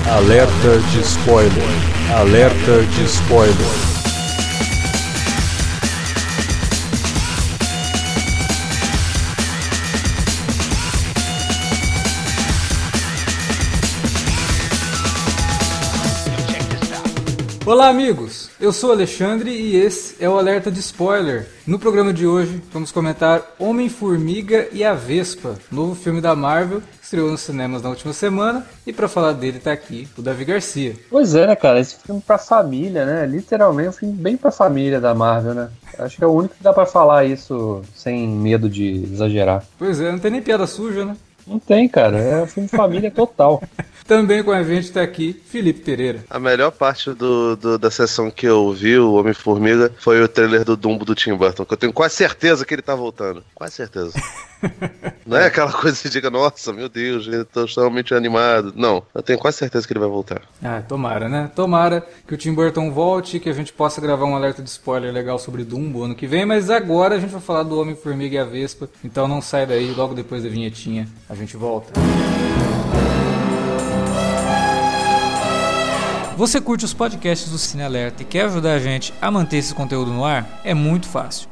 Alerta de spoiler. Alerta de spoiler. Olá amigos, eu sou o Alexandre e esse é o Alerta de Spoiler. No programa de hoje vamos comentar Homem-Formiga e a Vespa, novo filme da Marvel, que estreou nos cinemas na última semana, e para falar dele tá aqui o Davi Garcia. Pois é, né, cara, esse filme pra família, né, literalmente um filme bem pra família da Marvel, né. Acho que é o único que dá pra falar isso sem medo de exagerar. Pois é, não tem nem piada suja, né? Não tem, cara, é um filme de família total. Também com a gente tá aqui Felipe Pereira. A melhor parte da sessão que eu vi, o Homem-Formiga, foi o trailer do Dumbo do Tim Burton, que eu tenho quase certeza que ele tá voltando. Quase certeza. Não é aquela coisa que você diga, nossa, meu Deus, eu tô extremamente animado. Não, eu tenho quase certeza que ele vai voltar. Ah, tomara, né? Tomara que o Tim Burton volte, que a gente possa gravar um alerta de spoiler legal sobre Dumbo ano que vem, mas agora a gente vai falar do Homem-Formiga e a Vespa, então não sai daí, logo depois da vinhetinha a gente volta. Você curte os podcasts do Cine Alerta e quer ajudar a gente a manter esse conteúdo no ar? É muito fácil.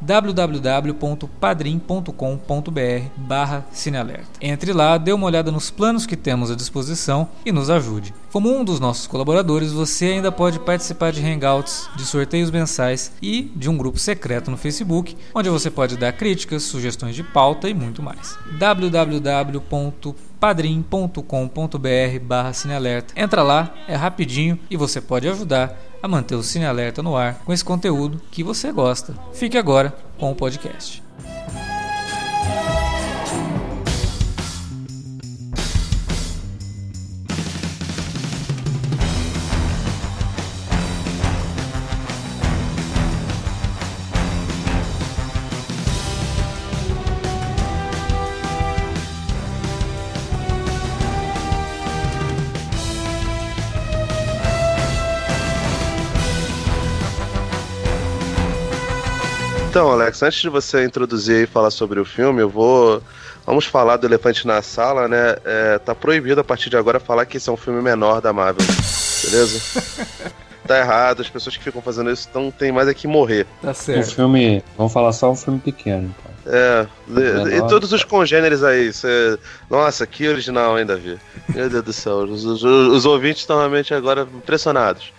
www.padrim.com.br/cinealerta. Entre lá, dê uma olhada nos planos que temos à disposição e nos ajude. Como um dos nossos colaboradores, você ainda pode participar de hangouts, de sorteios mensais e de um grupo secreto no Facebook, onde você pode dar críticas, sugestões de pauta e muito mais. www.padrim.com.br/cinealerta. Entra lá, é rapidinho e você pode ajudar a manter o Cine Alerta no ar com esse conteúdo que você gosta. Fique agora com o podcast. Então, Alex, antes de você introduzir e falar sobre o filme, vamos falar do elefante na sala, né? Tá proibido a partir de agora falar que esse é um filme menor da Marvel, beleza? Tá errado, as pessoas que ficam fazendo isso tem mais é que morrer. Tá certo. Um filme, vamos falar só um filme pequeno, cara. E todos os congêneres aí, nossa, que original, hein, Davi? Meu Deus do céu, os ouvintes estão realmente agora impressionados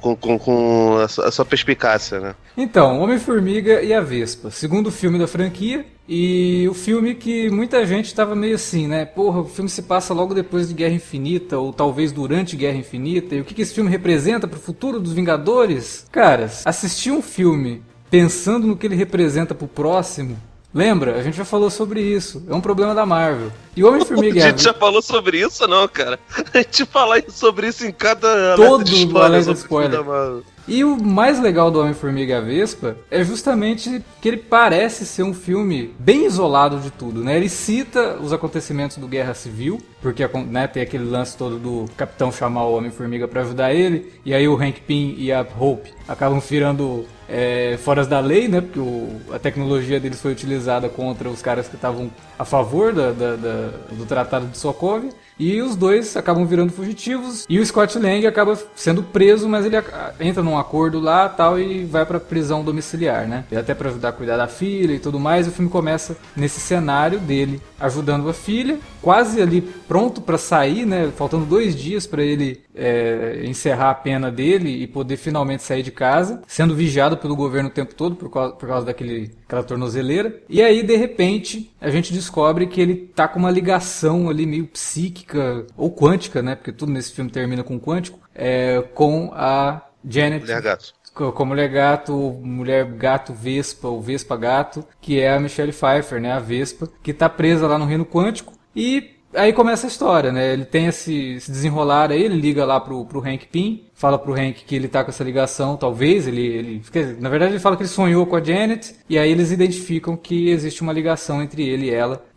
com a sua perspicácia, né? Então, Homem-Formiga e a Vespa, segundo filme da franquia, e o filme que muita gente tava meio assim, né? Porra, o filme se passa logo depois de Guerra Infinita, ou talvez durante Guerra Infinita, e o que esse filme representa pro futuro dos Vingadores? Cara, assistir um filme pensando no que ele representa pro próximo, lembra? A gente já falou sobre isso. É um problema da Marvel. E o Homem-Formiga... A gente já falou sobre isso, não, cara? A gente fala sobre isso em cada todo alerta de spoiler. E o mais legal do Homem-Formiga e a Vespa é justamente que ele parece ser um filme bem isolado de tudo, né? Ele cita os acontecimentos do Guerra Civil, porque, né, tem aquele lance todo do Capitão chamar o Homem-Formiga pra ajudar ele, e aí o Hank Pym e a Hope acabam virando foras da lei, né? Porque a tecnologia deles foi utilizada contra os caras que estavam a favor do Tratado de Sokovia. E os dois acabam virando fugitivos. E o Scott Lang acaba sendo preso, mas ele entra num acordo lá tal e vai pra prisão domiciliar, né? E até pra ajudar a cuidar da filha e tudo mais. O filme começa nesse cenário dele ajudando a filha, quase ali pronto pra sair, né? Faltando 2 dias pra ele encerrar a pena dele e poder finalmente sair de casa, sendo vigiado pelo governo o tempo todo por causa daquela tornozeleira. E aí, de repente, a gente descobre que ele tá com uma ligação ali meio psíquica ou quântica, né? Porque tudo nesse filme termina com quântico, com a Janet. Mulher gato. Com a mulher gato, mulher gato Vespa, ou Vespa gato, que é a Michelle Pfeiffer, né? A Vespa, que tá presa lá no reino quântico. E aí começa a história, né? Ele tem esse desenrolar aí, ele liga lá pro Hank Pym, fala pro Hank que ele tá com essa ligação, talvez, na verdade ele fala que ele sonhou com a Janet, e aí eles identificam que existe uma ligação entre ele e ela,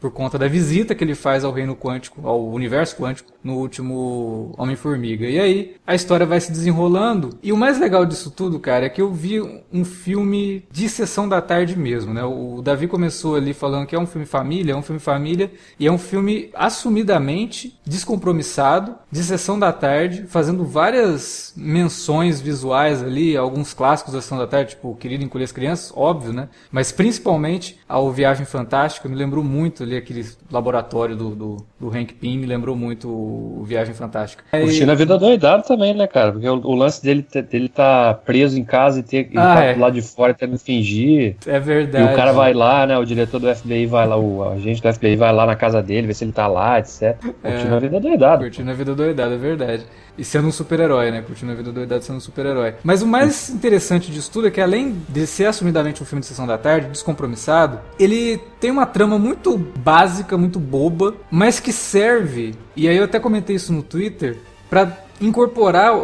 por conta da visita que ele faz ao reino quântico, ao universo quântico, no último Homem-Formiga. E aí, a história vai se desenrolando. E o mais legal disso tudo, cara, é que eu vi um filme de sessão da tarde mesmo, né? O Davi começou ali falando que é um filme família, e é um filme assumidamente descompromissado, de sessão da tarde, fazendo várias menções visuais ali, alguns clássicos da sessão da tarde, tipo Querido Encolher as Crianças, óbvio, né? Mas principalmente ao Viagem Fantástica, me lembrou muito ali aquele laboratório do Hank Pym, me lembrou muito o Viagem Fantástica. Curtindo a vida doidado também, né, cara? Porque o lance dele tá preso em casa e ele tá do lado de fora tendo que fingir. É verdade. E o cara vai lá, né? O diretor do FBI vai lá, o agente do FBI vai lá na casa dele, ver se ele tá lá, etc. Curtindo a vida doidado. Curtindo a vida doidado, é verdade. E sendo um super-herói, né? Curtindo a vida doidado sendo um super-herói. Mas o mais interessante disso tudo é que, além de ser assumidamente um filme de sessão da tarde, descompromissado, ele tem uma trama muito básica, muito boba, mas que serve, e aí eu até comentei isso no Twitter, pra incorporar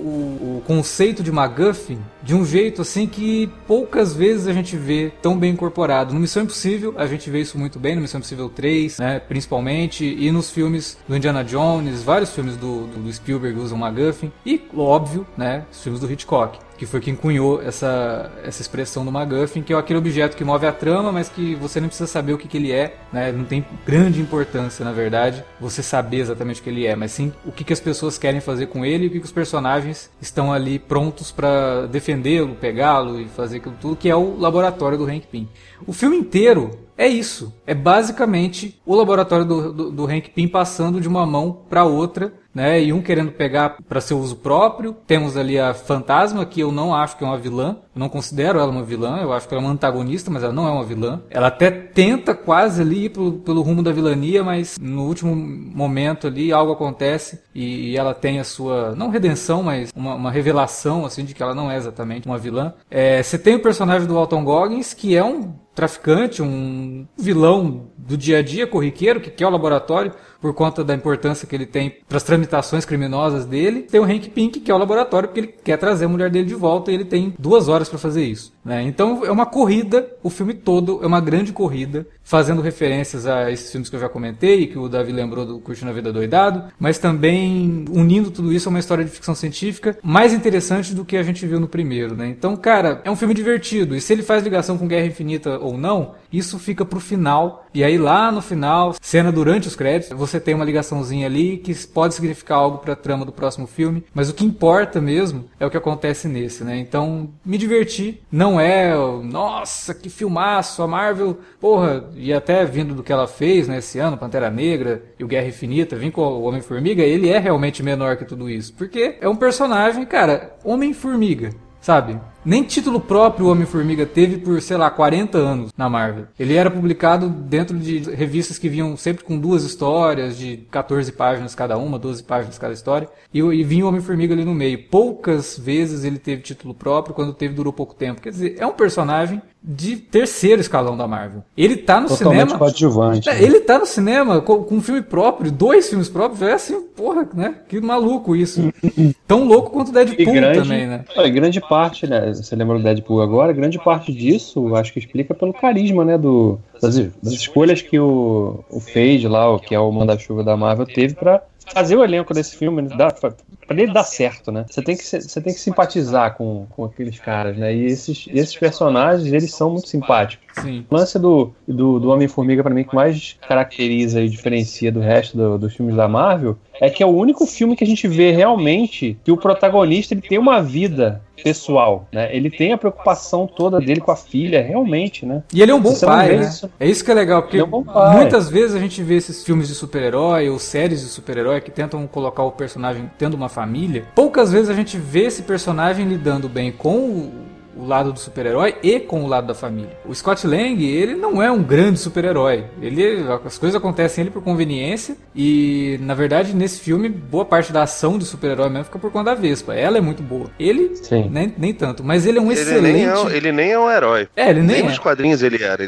o conceito de MacGuffin de um jeito assim que poucas vezes a gente vê tão bem incorporado. No Missão Impossível a gente vê isso muito bem, no Missão Impossível 3, né, principalmente, e nos filmes do Indiana Jones, vários filmes do Spielberg usam MacGuffin, e óbvio, né, os filmes do Hitchcock, que foi quem cunhou essa expressão do MacGuffin, que é aquele objeto que move a trama, mas que você nem precisa saber o que ele é, né? Não tem grande importância, na verdade, você saber exatamente o que ele é, mas sim o que as pessoas querem fazer com ele e o que os personagens estão ali prontos para defendê-lo, pegá-lo e fazer aquilo tudo, que é o laboratório do Hank Pym. O filme inteiro é isso, é basicamente o laboratório do Hank Pym passando de uma mão para outra, né? E um querendo pegar para seu uso próprio. Temos ali a Fantasma, que eu não acho que é uma vilã, eu não considero ela uma vilã, eu acho que ela é uma antagonista, mas ela não é uma vilã. Ela até tenta quase ali ir pelo rumo da vilania, mas no último momento ali algo acontece e ela tem a sua, não redenção, mas uma revelação assim de que ela não é exatamente uma vilã. Você tem o personagem do Walton Goggins, que é um traficante, um vilão do dia a dia, corriqueiro, que quer o laboratório por conta da importância que ele tem para as tramitações criminosas dele. Tem o Hank Pym, que quer o laboratório porque ele quer trazer a mulher dele de volta e ele tem 2 horas para fazer isso, né? Então é uma corrida, o filme todo é uma grande corrida, fazendo referências a esses filmes que eu já comentei, que o Davi lembrou do Curtindo a Vida Doidado, mas também unindo tudo isso a uma história de ficção científica mais interessante do que a gente viu no primeiro, né? Então, cara, é um filme divertido, e se ele faz ligação com Guerra Infinita ou não, isso fica pro final, e aí lá no final, cena durante os créditos, você tem uma ligaçãozinha ali que pode significar algo pra trama do próximo filme, mas o que importa mesmo é o que acontece nesse, né? Então, me diverti, não é, nossa, que filmaço, a Marvel, porra, e até vindo do que ela fez, né, esse ano, Pantera Negra e o Guerra Infinita, vim com o Homem-Formiga, ele é realmente menor que tudo isso, porque é um personagem, cara, Homem-Formiga, sabe? Nem título próprio o Homem-Formiga teve por, sei lá, 40 anos na Marvel. Ele era publicado dentro de revistas que vinham sempre com 2 histórias, de 14 páginas cada uma, 12 páginas cada história, e vinha o Homem-Formiga ali no meio. Poucas vezes ele teve título próprio, quando teve durou pouco tempo. Quer dizer, é um personagem de terceiro escalão da Marvel. Ele tá no totalmente cinema... coadjuvante. Ele tá no cinema com um filme próprio, 2 filmes próprios, é assim, porra, né? Que maluco isso. Tão louco quanto o Deadpool também, né? Grande parte, né? Você lembra do Deadpool agora? Grande parte disso, acho que explica pelo carisma, né? Das escolhas que o Feige lá, que é o manda-chuva da Marvel, teve pra fazer o elenco desse filme, pra ele dar certo, né? Você tem que simpatizar com aqueles caras, né? E esses personagens, eles são muito simpáticos. Sim. O lance do Homem-Formiga, pra mim, que mais caracteriza e diferencia do resto dos filmes da Marvel, é que é o único filme que a gente vê realmente que o protagonista ele tem uma vida pessoal, né? Ele tem a preocupação toda dele com a filha, realmente, né? E ele é um bom pai, né? É isso que é legal, porque muitas vezes a gente vê esses filmes de super-herói ou séries de super-herói que tentam colocar o personagem tendo uma família. Poucas vezes a gente vê esse personagem lidando bem com o lado do super-herói e com o lado da família. O Scott Lang, ele não é um grande super-herói. As coisas acontecem ele por conveniência e, na verdade, nesse filme, boa parte da ação do super-herói mesmo fica por conta da Vespa. Ela é muito boa. Ele, nem tanto, mas ele é um excelente... Ele nem é um herói. Ele nem nos quadrinhos ele era.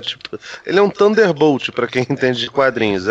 Ele é um Thunderbolt, pra quem entende de quadrinhos.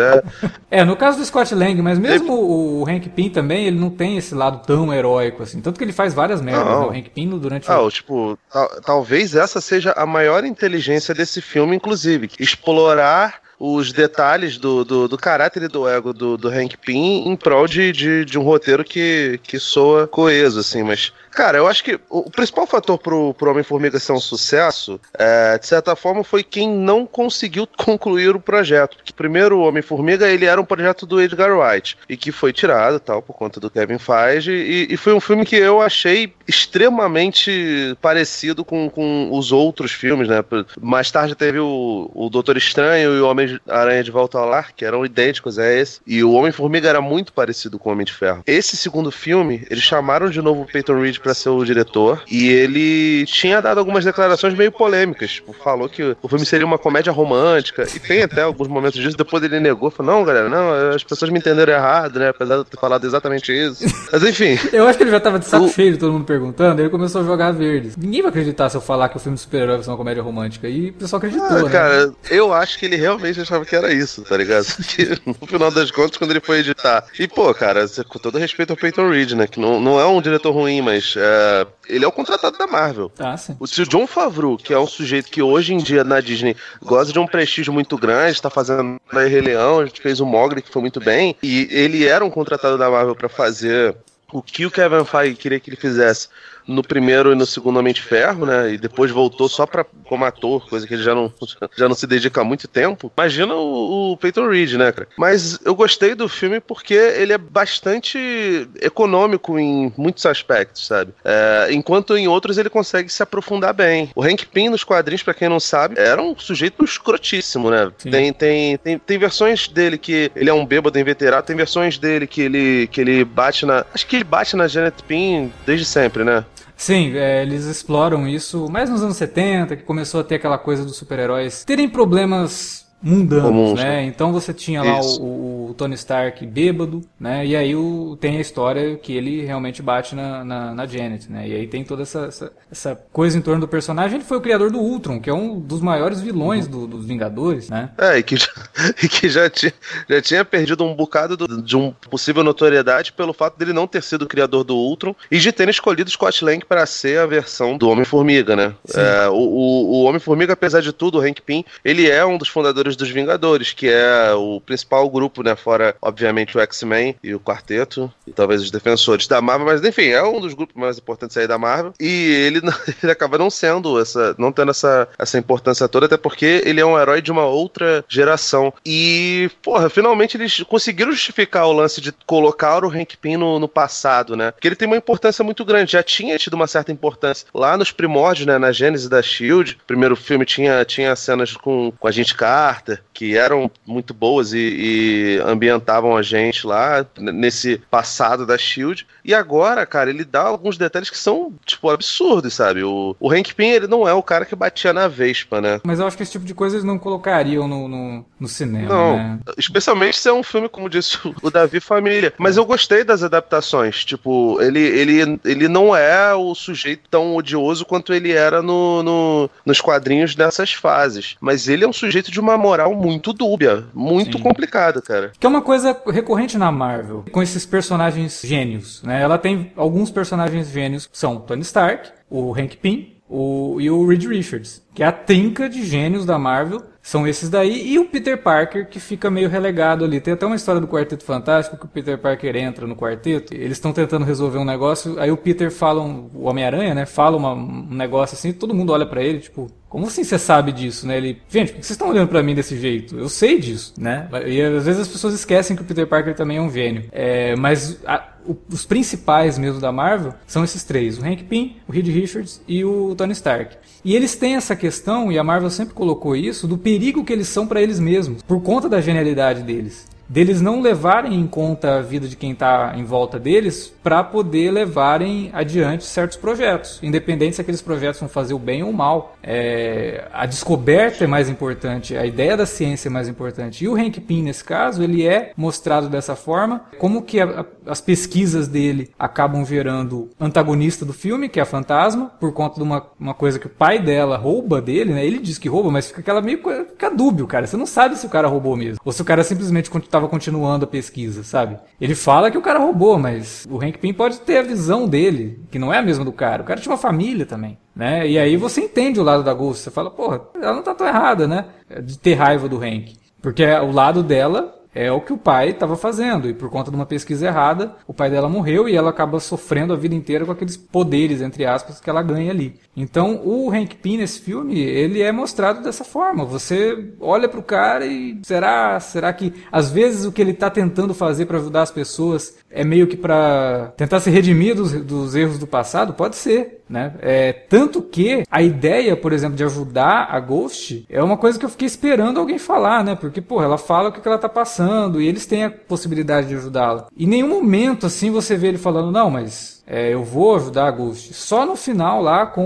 No caso do Scott Lang, mas mesmo o Hank Pym também, ele não tem esse lado tão heróico assim. Tanto que ele faz várias merdas, né? O Hank Pym durante talvez essa seja a maior inteligência desse filme, inclusive. Explorar os detalhes do caráter e do ego do Hank Pym em prol de um roteiro que soa coeso, assim, mas... Cara, eu acho que o principal fator pro Homem-Formiga ser um sucesso, de certa forma, foi quem não conseguiu concluir o projeto. Porque primeiro o Homem-Formiga, ele era um projeto do Edgar Wright, e que foi tirado, tal, por conta do Kevin Feige, e foi um filme que eu achei extremamente parecido com os outros filmes, né? Mais tarde teve o Doutor Estranho e o Homem-Aranha de Volta ao Lar, que eram idênticos a esse, e o Homem-Formiga era muito parecido com o Homem de Ferro. Esse segundo filme, eles chamaram de novo o Peyton Reed para ser o diretor, e ele tinha dado algumas declarações meio polêmicas, tipo, falou que o filme seria uma comédia romântica, e tem até alguns momentos disso, depois ele negou, falou, não, galera, não, as pessoas me entenderam errado, né, apesar de eu ter falado exatamente isso. Mas enfim. Eu acho que ele já tava de saco cheio de todo mundo perguntando, ele começou a jogar verdes. Ninguém vai acreditar se eu falar que o filme de super-herói vai ser uma comédia romântica, e o pessoal acreditou, né? Cara, eu acho que ele realmente achava que era isso, tá ligado? Que, no final das contas, quando ele foi editar. E, pô, cara, com todo respeito ao Peyton Reed, né, que não é um diretor ruim, mas ele é o contratado da Marvel. Ah, sim. O Jon Favreau, que é um sujeito que hoje em dia na Disney gosta de um prestígio muito grande, tá fazendo a Rei Leão, a gente fez o Mowgli, que foi muito bem, e ele era um contratado da Marvel pra fazer o que o Kevin Feige queria que ele fizesse no primeiro e no segundo Homem de Ferro, né? E depois voltou só como ator, coisa que ele já não se dedica há muito tempo. Imagina o Peyton Reed, né, cara? Mas eu gostei do filme porque ele é bastante econômico em muitos aspectos, sabe? Enquanto em outros ele consegue se aprofundar bem. O Hank Pym nos quadrinhos, pra quem não sabe, era um sujeito escrotíssimo, né? Tem versões dele que ele é um bêbado inveterado, tem versões dele que ele bate na... Acho que ele bate na Janet Pym desde sempre, né? Sim, eles exploram isso mais nos anos 70, que começou a ter aquela coisa dos super-heróis terem problemas mundanos, né? Então você tinha lá o Tony Stark bêbado, né? E aí tem a história que ele realmente bate na Janet, né? E aí tem toda essa coisa em torno do personagem. Ele foi o criador do Ultron, que é um dos maiores vilões dos Vingadores, né? E que já tinha perdido um bocado de uma possível notoriedade pelo fato dele não ter sido o criador do Ultron e de ter escolhido Scott Lang para ser a versão do Homem-Formiga, né? O Homem-Formiga, apesar de tudo, o Hank Pym, ele é um dos fundadores dos Vingadores, que é o principal grupo, né, fora, obviamente, o X-Men e o Quarteto, e talvez os Defensores da Marvel, mas, enfim, é um dos grupos mais importantes aí da Marvel, e ele acaba não tendo essa importância toda, até porque ele é um herói de uma outra geração. E, porra, finalmente eles conseguiram justificar o lance de colocar o Hank Pym no passado, né, porque ele tem uma importância muito grande, já tinha tido uma certa importância lá nos primórdios, né, na gênese da S.H.I.E.L.D., o primeiro filme tinha cenas com a Agente Carter, que eram muito boas e ambientavam a gente lá nesse passado da S.H.I.E.L.D. E agora, cara, ele dá alguns detalhes que são, tipo, absurdos, sabe? O Hank Pym, ele não é o cara que batia na Vespa, né? Mas eu acho que esse tipo de coisa eles não colocariam no cinema, não, né? Especialmente se é um filme, como disse o Davi, família. Mas eu gostei das adaptações. Tipo, ele não é o sujeito tão odioso quanto ele era nos quadrinhos dessas fases. Mas ele é um sujeito de uma moral muito dúbia, muito complicada, cara. Que é uma coisa recorrente na Marvel, com esses personagens gênios, né? Ela tem alguns personagens gênios, que são Tony Stark, o Hank Pym e o Reed Richards, que é a trinca de gênios da Marvel. São esses daí, e o Peter Parker, que fica meio relegado ali. Tem até uma história do Quarteto Fantástico, que o Peter Parker entra no quarteto, eles estão tentando resolver um negócio, aí o Peter fala, o Homem-Aranha, né, fala um negócio assim, todo mundo olha pra ele, tipo, como assim você sabe disso, né? Ele, gente, por que vocês estão olhando pra mim desse jeito? Eu sei disso, né? E às vezes as pessoas esquecem que o Peter Parker também é um gênio. Mas os principais mesmo da Marvel são esses três, o Hank Pym, o Reed Richards e o Tony Stark. E eles têm essa questão, e a Marvel sempre colocou isso, do perigo que eles são para eles mesmos, por conta da genialidade deles. Deles não levarem em conta a vida de quem está em volta deles para poder levarem adiante certos projetos, independente se aqueles projetos vão fazer o bem ou o mal. A descoberta é mais importante, a ideia da ciência é mais importante. E o Hank Pym, nesse caso, ele é mostrado dessa forma, como que as pesquisas dele acabam gerando antagonista do filme, que é a Fantasma, por conta de uma coisa que o pai dela rouba dele, né? Ele diz que rouba, mas fica fica dúbio, cara. Você não sabe se o cara roubou mesmo, ou se o cara simplesmente estava continuando a pesquisa, sabe? Ele fala que o cara roubou, mas o Hank Pym pode ter a visão dele, que não é a mesma do cara. O cara tinha uma família também, né? E aí você entende o lado da Ghost, você fala, porra, ela não tá tão errada, né? De ter raiva do Hank. Porque o lado dela é o que o pai estava fazendo, e por conta de uma pesquisa errada, o pai dela morreu e ela acaba sofrendo a vida inteira com aqueles poderes, entre aspas, que ela ganha ali. Então, o Hank Pym nesse filme, ele é mostrado dessa forma. Você olha pro cara e será que às vezes o que ele tá tentando fazer para ajudar as pessoas é meio que para tentar se redimir dos erros do passado? Pode ser, né? Tanto que a ideia, por exemplo, de ajudar a Ghost é uma coisa que eu fiquei esperando alguém falar, né? Porque, porra, ela fala o que ela tá passando e eles têm a possibilidade de ajudá-la. Em nenhum momento, assim, você vê ele falando, não, mas eu vou ajudar a Ghost. Só no final lá com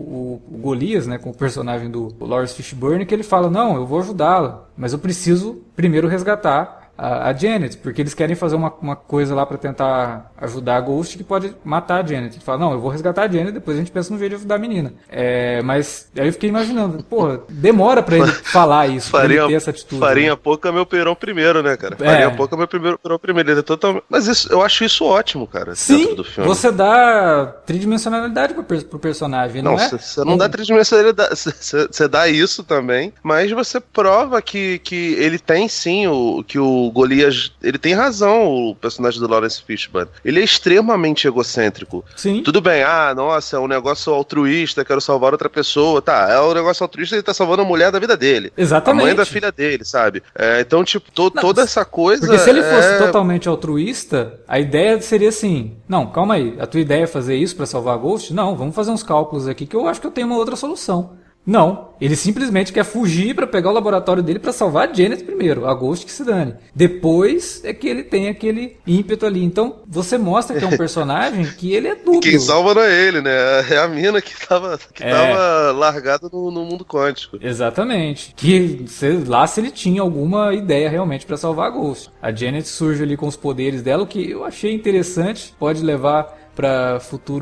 o Golias, né, com o personagem do Lawrence Fishburne, que ele fala, não, eu vou ajudá-la, mas eu preciso primeiro resgatar a Janet, porque eles querem fazer uma coisa lá pra tentar ajudar a Ghost que pode matar a Janet. Ele fala, não, eu vou resgatar a Janet, depois a gente pensa no jeito de ajudar a menina. Mas aí eu fiquei imaginando, porra, demora pra ele falar isso, pra ele ter essa atitude. Farinha pouca é meu perão primeiro, né, cara? Farinha pouca é meu perão primeiro. Ele é totalmente... Mas eu acho isso ótimo, cara, sim, dentro do filme. Você dá tridimensionalidade pro personagem, não é? Você não dá tridimensionalidade, você dá isso também, mas você prova que ele tem sim, que o Golias, ele tem razão, o personagem do Lawrence Fishburne. Ele é extremamente egocêntrico. Sim. Tudo bem, nossa, é um negócio altruísta, quero salvar outra pessoa. Tá, é um negócio altruísta, ele tá salvando a mulher da vida dele. Exatamente. A mãe da filha dele, sabe? Então, tipo, toda essa coisa... Porque se ele fosse totalmente altruísta, a ideia seria assim, não, calma aí, a tua ideia é fazer isso pra salvar a Ghost? Não, vamos fazer uns cálculos aqui que eu acho que eu tenho uma outra solução. Não, ele simplesmente quer fugir pra pegar o laboratório dele pra salvar a Janet primeiro, a Ghost que se dane. Depois é que ele tem aquele ímpeto ali. Então, você mostra que é um personagem que ele é dúbio. Quem salva não é ele, né? É a mina que tava largada no mundo quântico. Exatamente. Que lá se ele tinha alguma ideia realmente pra salvar a Ghost. A Janet surge ali com os poderes dela, o que eu achei interessante, pode levar para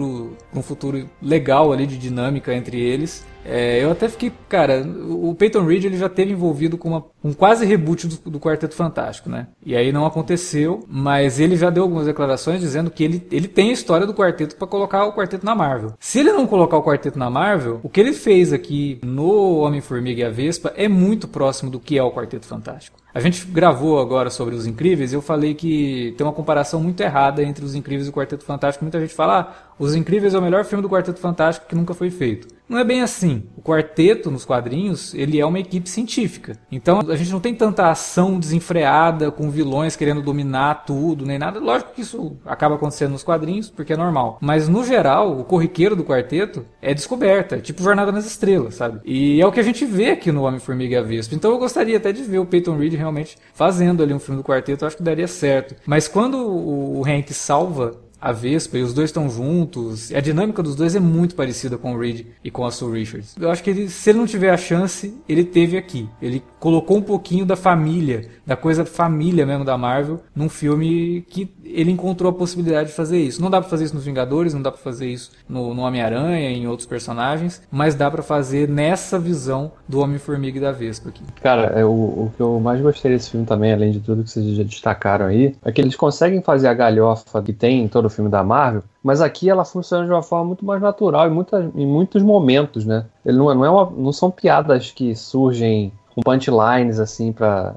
um futuro legal ali de dinâmica entre eles. Eu até fiquei, cara, o Peyton Reed ele já esteve envolvido com um quase reboot do Quarteto Fantástico, né? E aí não aconteceu, mas ele já deu algumas declarações dizendo que ele tem a história do quarteto para colocar o quarteto na Marvel. Se ele não colocar o quarteto na Marvel, o que ele fez aqui no Homem-Formiga e a Vespa é muito próximo do que é o Quarteto Fantástico. A gente gravou agora sobre Os Incríveis e eu falei que tem uma comparação muito errada entre Os Incríveis e o Quarteto Fantástico. Muita gente fala, Os Incríveis é o melhor filme do Quarteto Fantástico que nunca foi feito. Não é bem assim. O quarteto, nos quadrinhos, ele é uma equipe científica. Então, a gente não tem tanta ação desenfreada, com vilões querendo dominar tudo, nem nada. Lógico que isso acaba acontecendo nos quadrinhos, porque é normal. Mas, no geral, o corriqueiro do quarteto é descoberta. É tipo Jornada nas Estrelas, sabe? E é o que a gente vê aqui no Homem-Formiga e a Vespa. Então, eu gostaria até de ver o Peyton Reed realmente fazendo ali um filme do quarteto. Eu acho que daria certo. Mas quando o Hank salva a Vespa e os dois estão juntos, a dinâmica dos dois é muito parecida com o Reed e com a Sue Richards. Eu acho que se ele não tiver a chance, ele teve aqui. Ele colocou um pouquinho da família, da coisa família mesmo da Marvel, num filme que ele encontrou a possibilidade de fazer isso. Não dá pra fazer isso nos Vingadores, não dá pra fazer isso no Homem-Aranha, em outros personagens, mas dá pra fazer nessa visão do Homem-Formiga e da Vespa aqui. Cara, o que eu mais gostei desse filme também, além de tudo que vocês já destacaram aí, é que eles conseguem fazer a galhofa que tem em todo o filme da Marvel, mas aqui ela funciona de uma forma muito mais natural em muitos momentos, né? Ele não são piadas que surgem com punchlines, assim,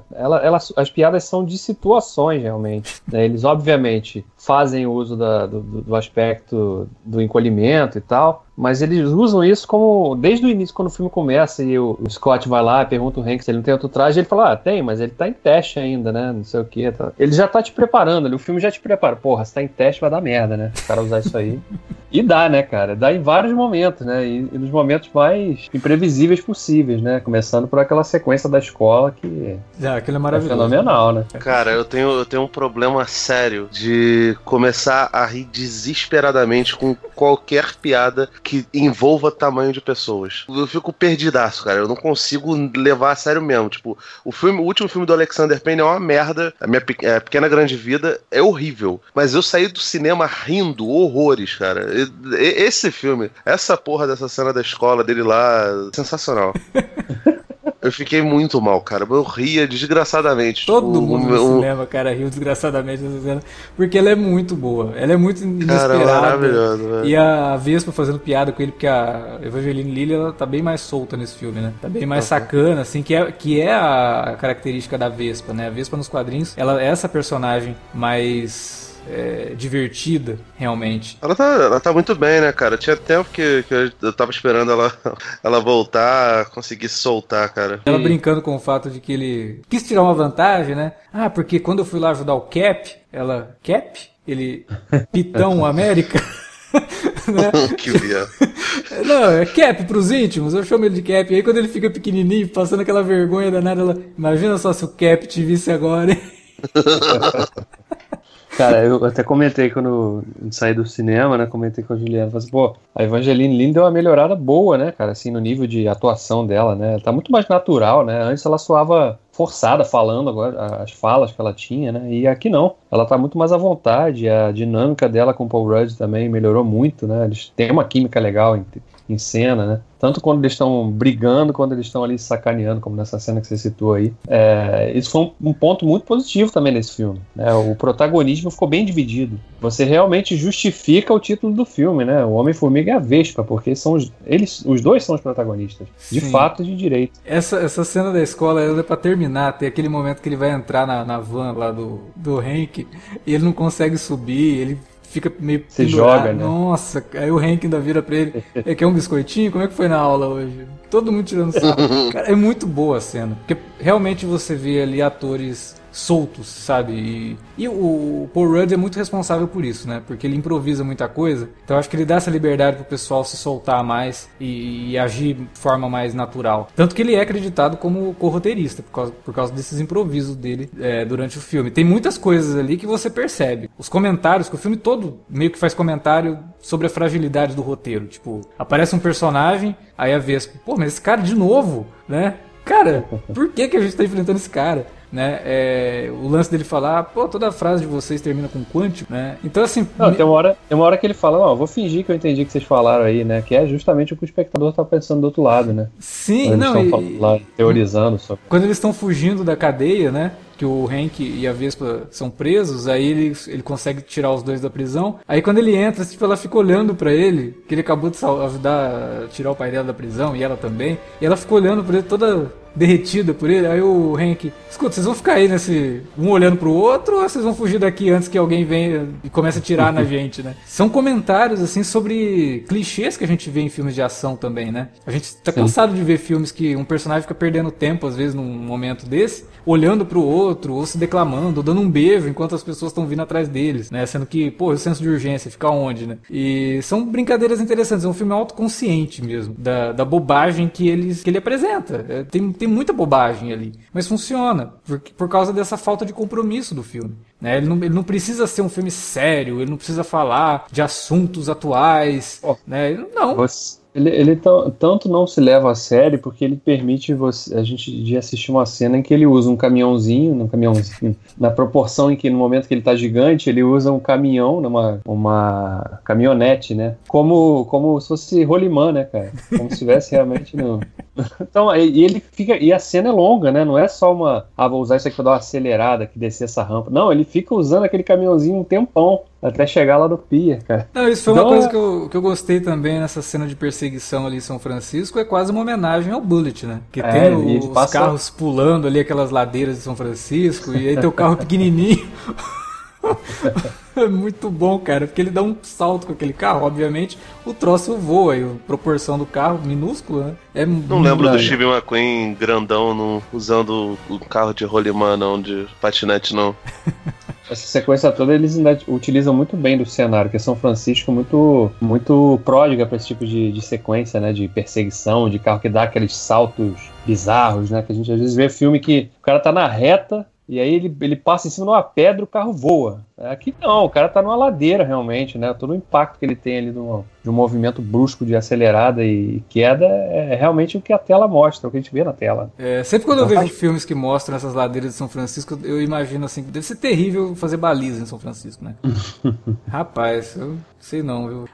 as piadas são de situações, realmente, né? Eles, obviamente, fazem uso do aspecto do encolhimento e tal, mas eles usam isso como, desde o início, quando o filme começa e o Scott vai lá e pergunta o Hank se ele não tem outro traje, ele fala, tem, mas ele tá em teste ainda, né, não sei o que, tá. Ele já tá te preparando, o filme já te prepara, porra, se tá em teste vai dar merda, né, o cara usar isso aí. E dá, né, cara, dá em vários momentos, né, e nos momentos mais imprevisíveis possíveis, né, começando por aquela sequência da escola que aquilo é maravilhoso. Fenomenal, né. Cara, eu tenho um problema sério de começar a rir desesperadamente com qualquer piada que envolva tamanho de pessoas. Eu fico perdidaço, cara. Eu não consigo levar a sério mesmo. Tipo, o último filme do Alexander Payne é uma merda. A minha Pequena Grande Vida é horrível. Mas eu saí do cinema rindo horrores, cara. Esse filme, essa porra dessa cena da escola dele lá, sensacional. Eu fiquei muito mal, cara. Eu ria desgraçadamente. Todo mundo no cinema, cara, riu desgraçadamente nessa cena. Porque ela é muito boa. Ela é muito inesperada. Cara, maravilhoso, velho. E a Vespa fazendo piada com ele, porque a Evangeline Lilly, ela tá bem mais solta nesse filme, né? Tá bem mais sacana, assim, que é a característica da Vespa, né? A Vespa nos quadrinhos, ela é essa personagem mais... divertida, realmente. Ela tá muito bem, né, cara? Tinha tempo que eu tava esperando ela voltar, conseguir se soltar, cara. Ela brincando com o fato de que ele quis tirar uma vantagem, né? Ah, porque quando eu fui lá ajudar o Cap, ela... Cap? Ele... Pitão América? Né? Que viado. Não, é Cap pros íntimos, eu chamo ele de Cap. E aí quando ele fica pequenininho, passando aquela vergonha danada, ela... Imagina só se o Cap te visse agora, hein? Cara, eu até comentei quando saí do cinema, né? Comentei com a Juliana. Falei assim, pô, a Evangeline Lilly deu uma melhorada boa, né, cara? Assim, no nível de atuação dela, né? Ela tá muito mais natural, né? Antes ela soava forçada falando, agora as falas que ela tinha, né? E aqui não. Ela tá muito mais à vontade. A dinâmica dela com o Paul Rudd também melhorou muito, né? Eles têm uma química legal em cena, né? Tanto quando eles estão brigando, quando eles estão ali sacaneando, como nessa cena que você citou aí. Isso foi um ponto muito positivo também nesse filme, né? O protagonismo ficou bem dividido. Você realmente justifica o título do filme, né? O Homem-Formiga e a Vespa, porque os dois são os protagonistas, de fato e de direito. Essa cena da escola é pra terminar, tem aquele momento que ele vai entrar na van lá do Hank, e ele não consegue subir, ele fica meio se joga, né? Nossa, aí o Hank ainda vira pra ele, quer um biscoitinho? Como é que foi na aula hoje? Todo mundo tirando sarro. Cara, é muito boa a cena, porque realmente você vê ali atores soltos, sabe? E o Paul Rudd é muito responsável por isso, né? Porque ele improvisa muita coisa. Então eu acho que ele dá essa liberdade pro pessoal se soltar mais e agir de forma mais natural. Tanto que ele é acreditado como co-roteirista por causa desses improvisos dele durante o filme. Tem muitas coisas ali que você percebe. Os comentários, que o filme todo meio que faz comentário sobre a fragilidade do roteiro. Tipo, aparece um personagem, aí a Vespa, pô, mas esse cara de novo, né? Cara, por que a gente tá enfrentando esse cara? Né? O lance dele falar, pô, toda a frase de vocês termina com quântico, né? Então assim... Não, tem uma hora que ele fala, não, vou fingir que eu entendi o que vocês falaram aí, né? Que é justamente o que o espectador tá pensando do outro lado, né? Sim, não, eles estão lá teorizando sobre... Quando eles estão fugindo da cadeia, né? Que o Hank e a Vespa são presos, aí ele consegue tirar os dois da prisão. Aí quando ele entra, tipo, ela fica olhando pra ele, que ele acabou de ajudar a tirar o pai dela da prisão, e ela também. E ela fica olhando pra ele toda derretida por ele. Aí o Hank, escuta, vocês vão ficar aí um olhando pro outro, ou vocês vão fugir daqui antes que alguém venha e comece a tirar na gente, né? São comentários, assim, sobre clichês que a gente vê em filmes de ação também, né? A gente tá cansado de ver filmes que um personagem fica perdendo tempo, às vezes, num momento desse, olhando pro outro, ou se declamando, ou dando um beijo enquanto as pessoas estão vindo atrás deles, né? Sendo que, pô, o senso de urgência fica onde, né? E são brincadeiras interessantes, é um filme autoconsciente mesmo, da bobagem que ele apresenta. Tem muita bobagem ali, mas funciona, por causa dessa falta de compromisso do filme, né? Ele não precisa ser um filme sério, ele não precisa falar de assuntos atuais, né? Não. Ele tanto não se leva a sério porque ele permite a gente de assistir uma cena em que ele usa um caminhãozinho, na proporção em que no momento que ele tá gigante, ele usa um caminhão, uma caminhonete, né? Como se fosse rolimã, né, cara? Como se estivesse realmente no... Então, e a cena é longa, né? Não é só vou usar isso aqui pra dar uma acelerada, que descer essa rampa. Não, ele fica usando aquele caminhãozinho um tempão, até chegar lá no pier, cara. Não, isso foi uma coisa que eu gostei também nessa cena de perseguição ali em São Francisco, é quase uma homenagem ao Bullet, né? Que tem os carros pulando ali aquelas ladeiras de São Francisco, e aí tem o carro pequenininho. É muito bom, cara, porque ele dá um salto com aquele carro, obviamente o troço voa, e a proporção do carro minúscula, né? Não lembro do Steve McQueen grandão usando o carro de rolimã, não, de patinete, não. Essa sequência toda eles ainda utilizam muito bem do cenário, que é São Francisco muito, muito pródiga para esse tipo de sequência, né? De perseguição, de carro que dá aqueles saltos bizarros, né? Que a gente às vezes vê filme que o cara tá na reta, E aí ele passa em cima de uma pedra, o carro voa. Aqui não, o cara tá numa ladeira realmente, né? Todo o impacto que ele tem ali de um movimento brusco de acelerada e queda é realmente o que a tela mostra, o que a gente vê na tela. Sempre quando eu vejo filmes que mostram essas ladeiras de São Francisco, eu imagino assim, deve ser terrível fazer baliza em São Francisco, né? Rapaz, eu sei não, viu?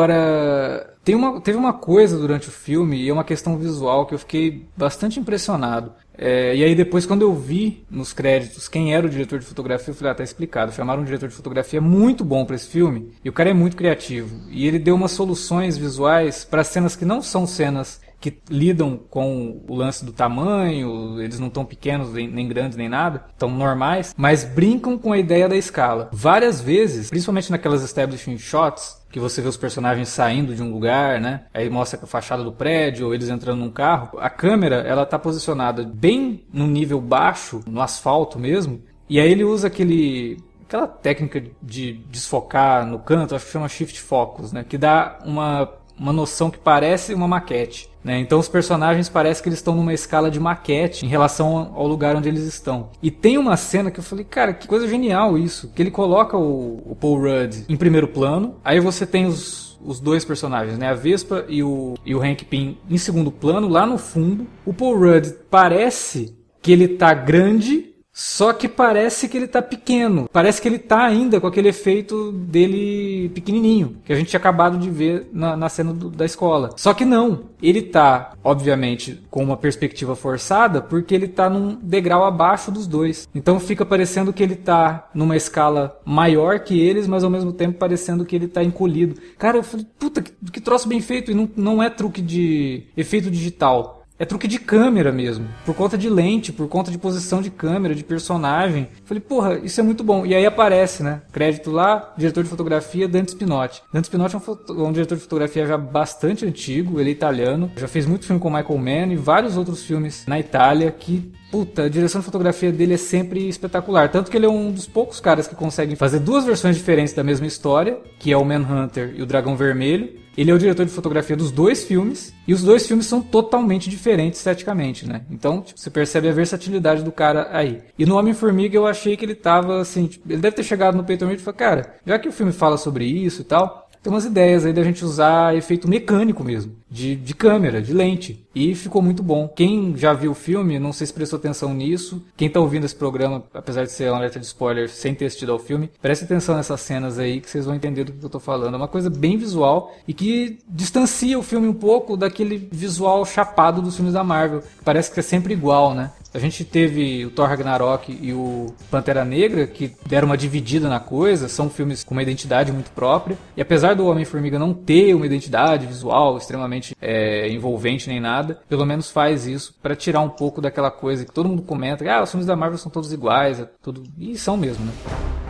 Agora, teve uma coisa durante o filme, e é uma questão visual, que eu fiquei bastante impressionado. E aí depois, quando eu vi nos créditos quem era o diretor de fotografia, eu falei, tá explicado. Chamaram um diretor de fotografia muito bom para esse filme, e o cara é muito criativo. E ele deu umas soluções visuais para cenas que não são cenas que lidam com o lance do tamanho, eles não estão pequenos, nem grandes, nem nada, estão normais, mas brincam com a ideia da escala. Várias vezes, principalmente naquelas establishing shots, que você vê os personagens saindo de um lugar, né? Aí mostra a fachada do prédio, ou eles entrando num carro. A câmera, ela tá posicionada bem no nível baixo, no asfalto mesmo, e aí ele usa aquela técnica de desfocar no canto, acho que chama shift focus, né? Que dá uma noção que parece uma maquete, né? Então os personagens parecem que eles estão numa escala de maquete em relação ao lugar onde eles estão. E tem uma cena que eu falei, cara, que coisa genial isso, que ele coloca o Paul Rudd em primeiro plano, aí você tem os dois personagens, né? A Vespa e o Hank Pym em segundo plano, lá no fundo. O Paul Rudd parece que ele tá grande, só que parece que ele tá pequeno. Parece que ele tá ainda com aquele efeito dele pequenininho, que a gente tinha acabado de ver na cena da escola. Só que não. Ele tá, obviamente, com uma perspectiva forçada, porque ele tá num degrau abaixo dos dois. Então fica parecendo que ele tá numa escala maior que eles, mas ao mesmo tempo parecendo que ele tá encolhido. Cara, eu falei, puta, que troço bem feito. E não é truque de efeito digital. É truque de câmera mesmo, por conta de lente, por conta de posição de câmera, de personagem. Falei, porra, isso é muito bom. E aí aparece, né, crédito lá, diretor de fotografia, Dante Spinotti. Dante Spinotti é um diretor de fotografia já bastante antigo, ele é italiano, já fez muito filme com Michael Mann e vários outros filmes na Itália que... Puta, a direção de fotografia dele é sempre espetacular. Tanto que ele é um dos poucos caras que conseguem fazer duas versões diferentes da mesma história, que é o Manhunter e o Dragão Vermelho. Ele é o diretor de fotografia dos dois filmes, e os dois filmes são totalmente diferentes esteticamente, né? Então, tipo, você percebe a versatilidade do cara aí. E no Homem-Formiga eu achei que ele tava, assim, tipo, ele deve ter chegado no Peyton Reed e falou, cara, já que o filme fala sobre isso e tal... Tem umas ideias aí da gente usar efeito mecânico mesmo, de câmera, de lente. E ficou muito bom. Quem já viu o filme, não sei se prestou atenção nisso. Quem tá ouvindo esse programa, apesar de ser um alerta de spoiler, sem ter assistido ao filme, preste atenção nessas cenas aí que vocês vão entender do que eu tô falando. É uma coisa bem visual e que distancia o filme um pouco daquele visual chapado dos filmes da Marvel. Que parece que é sempre igual, né? A gente teve o Thor Ragnarok e o Pantera Negra, que deram uma dividida na coisa, são filmes com uma identidade muito própria, e apesar do Homem-Formiga não ter uma identidade visual extremamente envolvente nem nada, pelo menos faz isso para tirar um pouco daquela coisa que todo mundo comenta, que os filmes da Marvel são todos iguais, tudo... e são mesmo, né?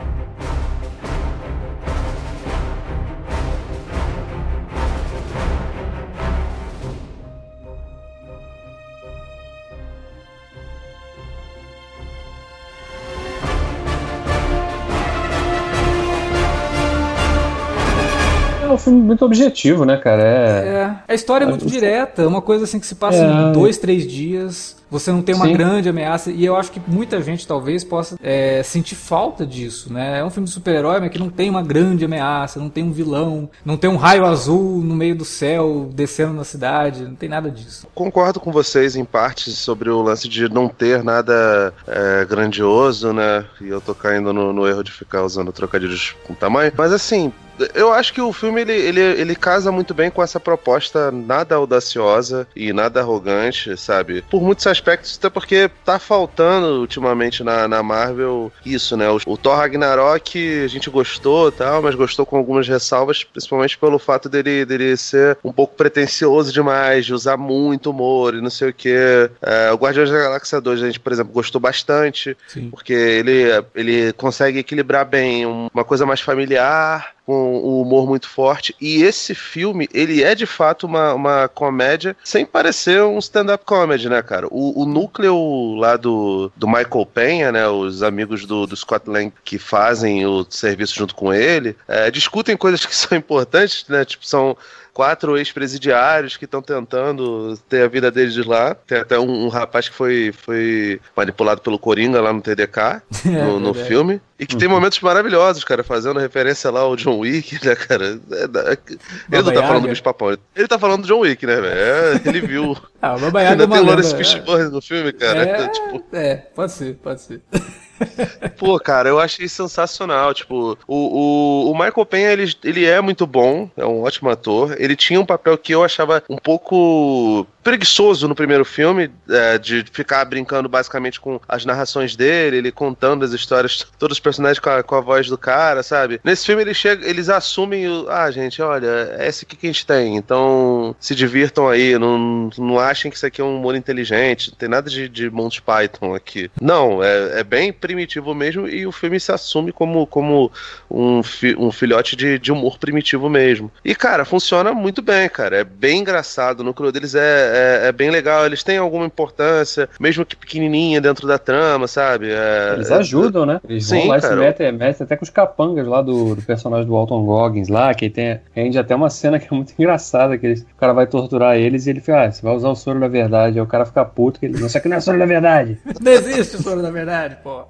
É um filme muito objetivo, né, cara? A história é muito direta, uma coisa assim que se passa em 2, 3 dias, você não tem uma grande ameaça, e eu acho que muita gente talvez possa sentir falta disso, né? É um filme de super-herói, mas que não tem uma grande ameaça, não tem um vilão, não tem um raio azul no meio do céu descendo na cidade, não tem nada disso. Concordo com vocês em parte sobre o lance de não ter nada grandioso, né? E eu tô caindo no erro de ficar usando trocadilhos com tamanho, mas assim... Eu acho que o filme ele casa muito bem com essa proposta nada audaciosa e nada arrogante, sabe? Por muitos aspectos, até porque tá faltando ultimamente na Marvel isso, né? O Thor Ragnarok a gente gostou e tal, mas gostou com algumas ressalvas, principalmente pelo fato dele ser um pouco pretencioso demais, de usar muito humor e não sei o quê. O Guardiões da Galáxia 2 a gente, por exemplo, gostou bastante, sim, porque ele consegue equilibrar bem uma coisa mais familiar com o humor muito forte, e esse filme, ele é de fato uma comédia sem parecer um stand-up comedy, né, cara? O núcleo lá do Michael Peña, né, os amigos do Scott Lang que fazem o serviço junto com ele, discutem coisas que são importantes, né, tipo, são 4 ex-presidiários que estão tentando ter a vida deles lá. Tem até um rapaz que foi manipulado pelo Coringa lá no TDK, no filme. E que tem momentos maravilhosos, cara, fazendo referência lá ao John Wick, né, cara? Ele não tá falando do Bicho-Papão, ele tá falando do John Wick, né, velho? Ele viu. O Baba Yaga ainda tem o Lawrence Fishburne no filme, cara. Pode ser. Pô, cara, eu achei sensacional. Tipo, o Michael Penha, ele é muito bom, é um ótimo ator. Ele tinha um papel que eu achava um pouco preguiçoso no primeiro filme, de ficar brincando basicamente com as narrações dele, ele contando as histórias, todos os personagens com a voz do cara, sabe? Nesse filme eles assumem, gente, olha, é esse aqui que a gente tem, então se divirtam aí, não achem que isso aqui é um humor inteligente, não tem nada de Monty Python aqui. Não, é bem primitivo mesmo, e o filme se assume como um filhote de humor primitivo mesmo. E, cara, funciona muito bem, cara, é bem engraçado, o núcleo deles é bem legal, eles têm alguma importância, mesmo que pequenininha dentro da trama, sabe? Eles ajudam, né? Eles vão lá e se metem até com os capangas lá do personagem do Walton Goggins lá, que rende até uma cena que é muito engraçada, que o cara vai torturar eles e ele fica, você vai usar o soro da verdade, aí o cara fica puto, que ele, isso aqui não é soro da verdade. Não existe o soro da verdade, pô.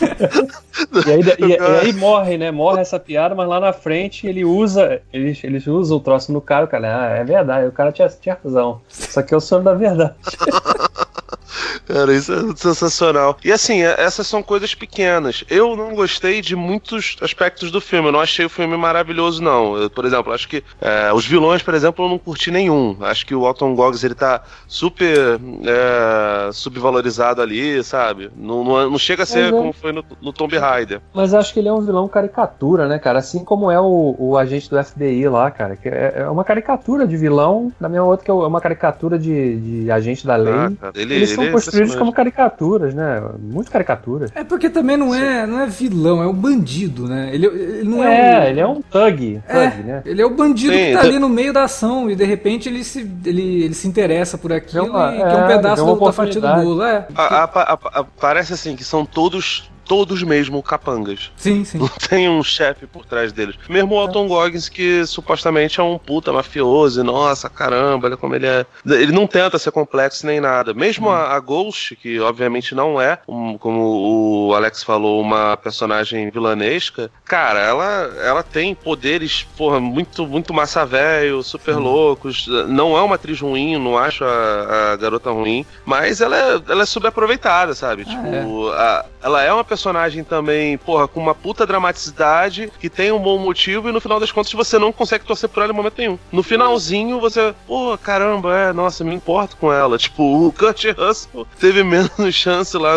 E aí morre, né? Morre essa piada, mas lá na frente eles usam o troço no cara, o cara, é verdade, o cara tinha razão. Isso aqui é o soro da verdade. Cara, isso é sensacional. E assim, essas são coisas pequenas. Eu não gostei de muitos aspectos do filme. Eu não achei o filme maravilhoso, não. Eu, por exemplo, acho que os vilões, por exemplo, eu não curti nenhum. Acho que o Walton Goggins, ele tá super subvalorizado ali, sabe? Não chega a ser como foi no Tomb Raider. Mas acho que ele é um vilão caricatura, né, cara? Assim como é o agente do FBI lá, cara. Que é uma caricatura de vilão, da mesma outra que é uma caricatura de agente da lei. Eles são construídos como caricaturas, né? Muito caricaturas. É porque também não é vilão, é um bandido, né? Ele não ele é um thug, né? Ele é o bandido que tá ali no meio da ação e de repente ele se interessa por aquilo e quer um pedaço da fatia do bolo. Parece assim que são todos mesmo capangas. Sim. Não tem um chefe por trás deles. Mesmo o Walton Goggins, que supostamente é um puta mafioso, e nossa, caramba, olha como ele é. Ele não tenta ser complexo nem nada. Mesmo a Ghost, que obviamente não é, como o Alex falou, uma personagem vilanesca, cara, ela tem poderes, muito, muito massa velho, super loucos. Não é uma atriz ruim, não acho a garota ruim, mas ela é subaproveitada, sabe? Ela é uma personagem também, com uma puta dramaticidade, que tem um bom motivo, e no final das contas você não consegue torcer por ela em momento nenhum. No finalzinho você, caramba, nossa, me importo com ela. Tipo, o Kurt Russell teve menos chance lá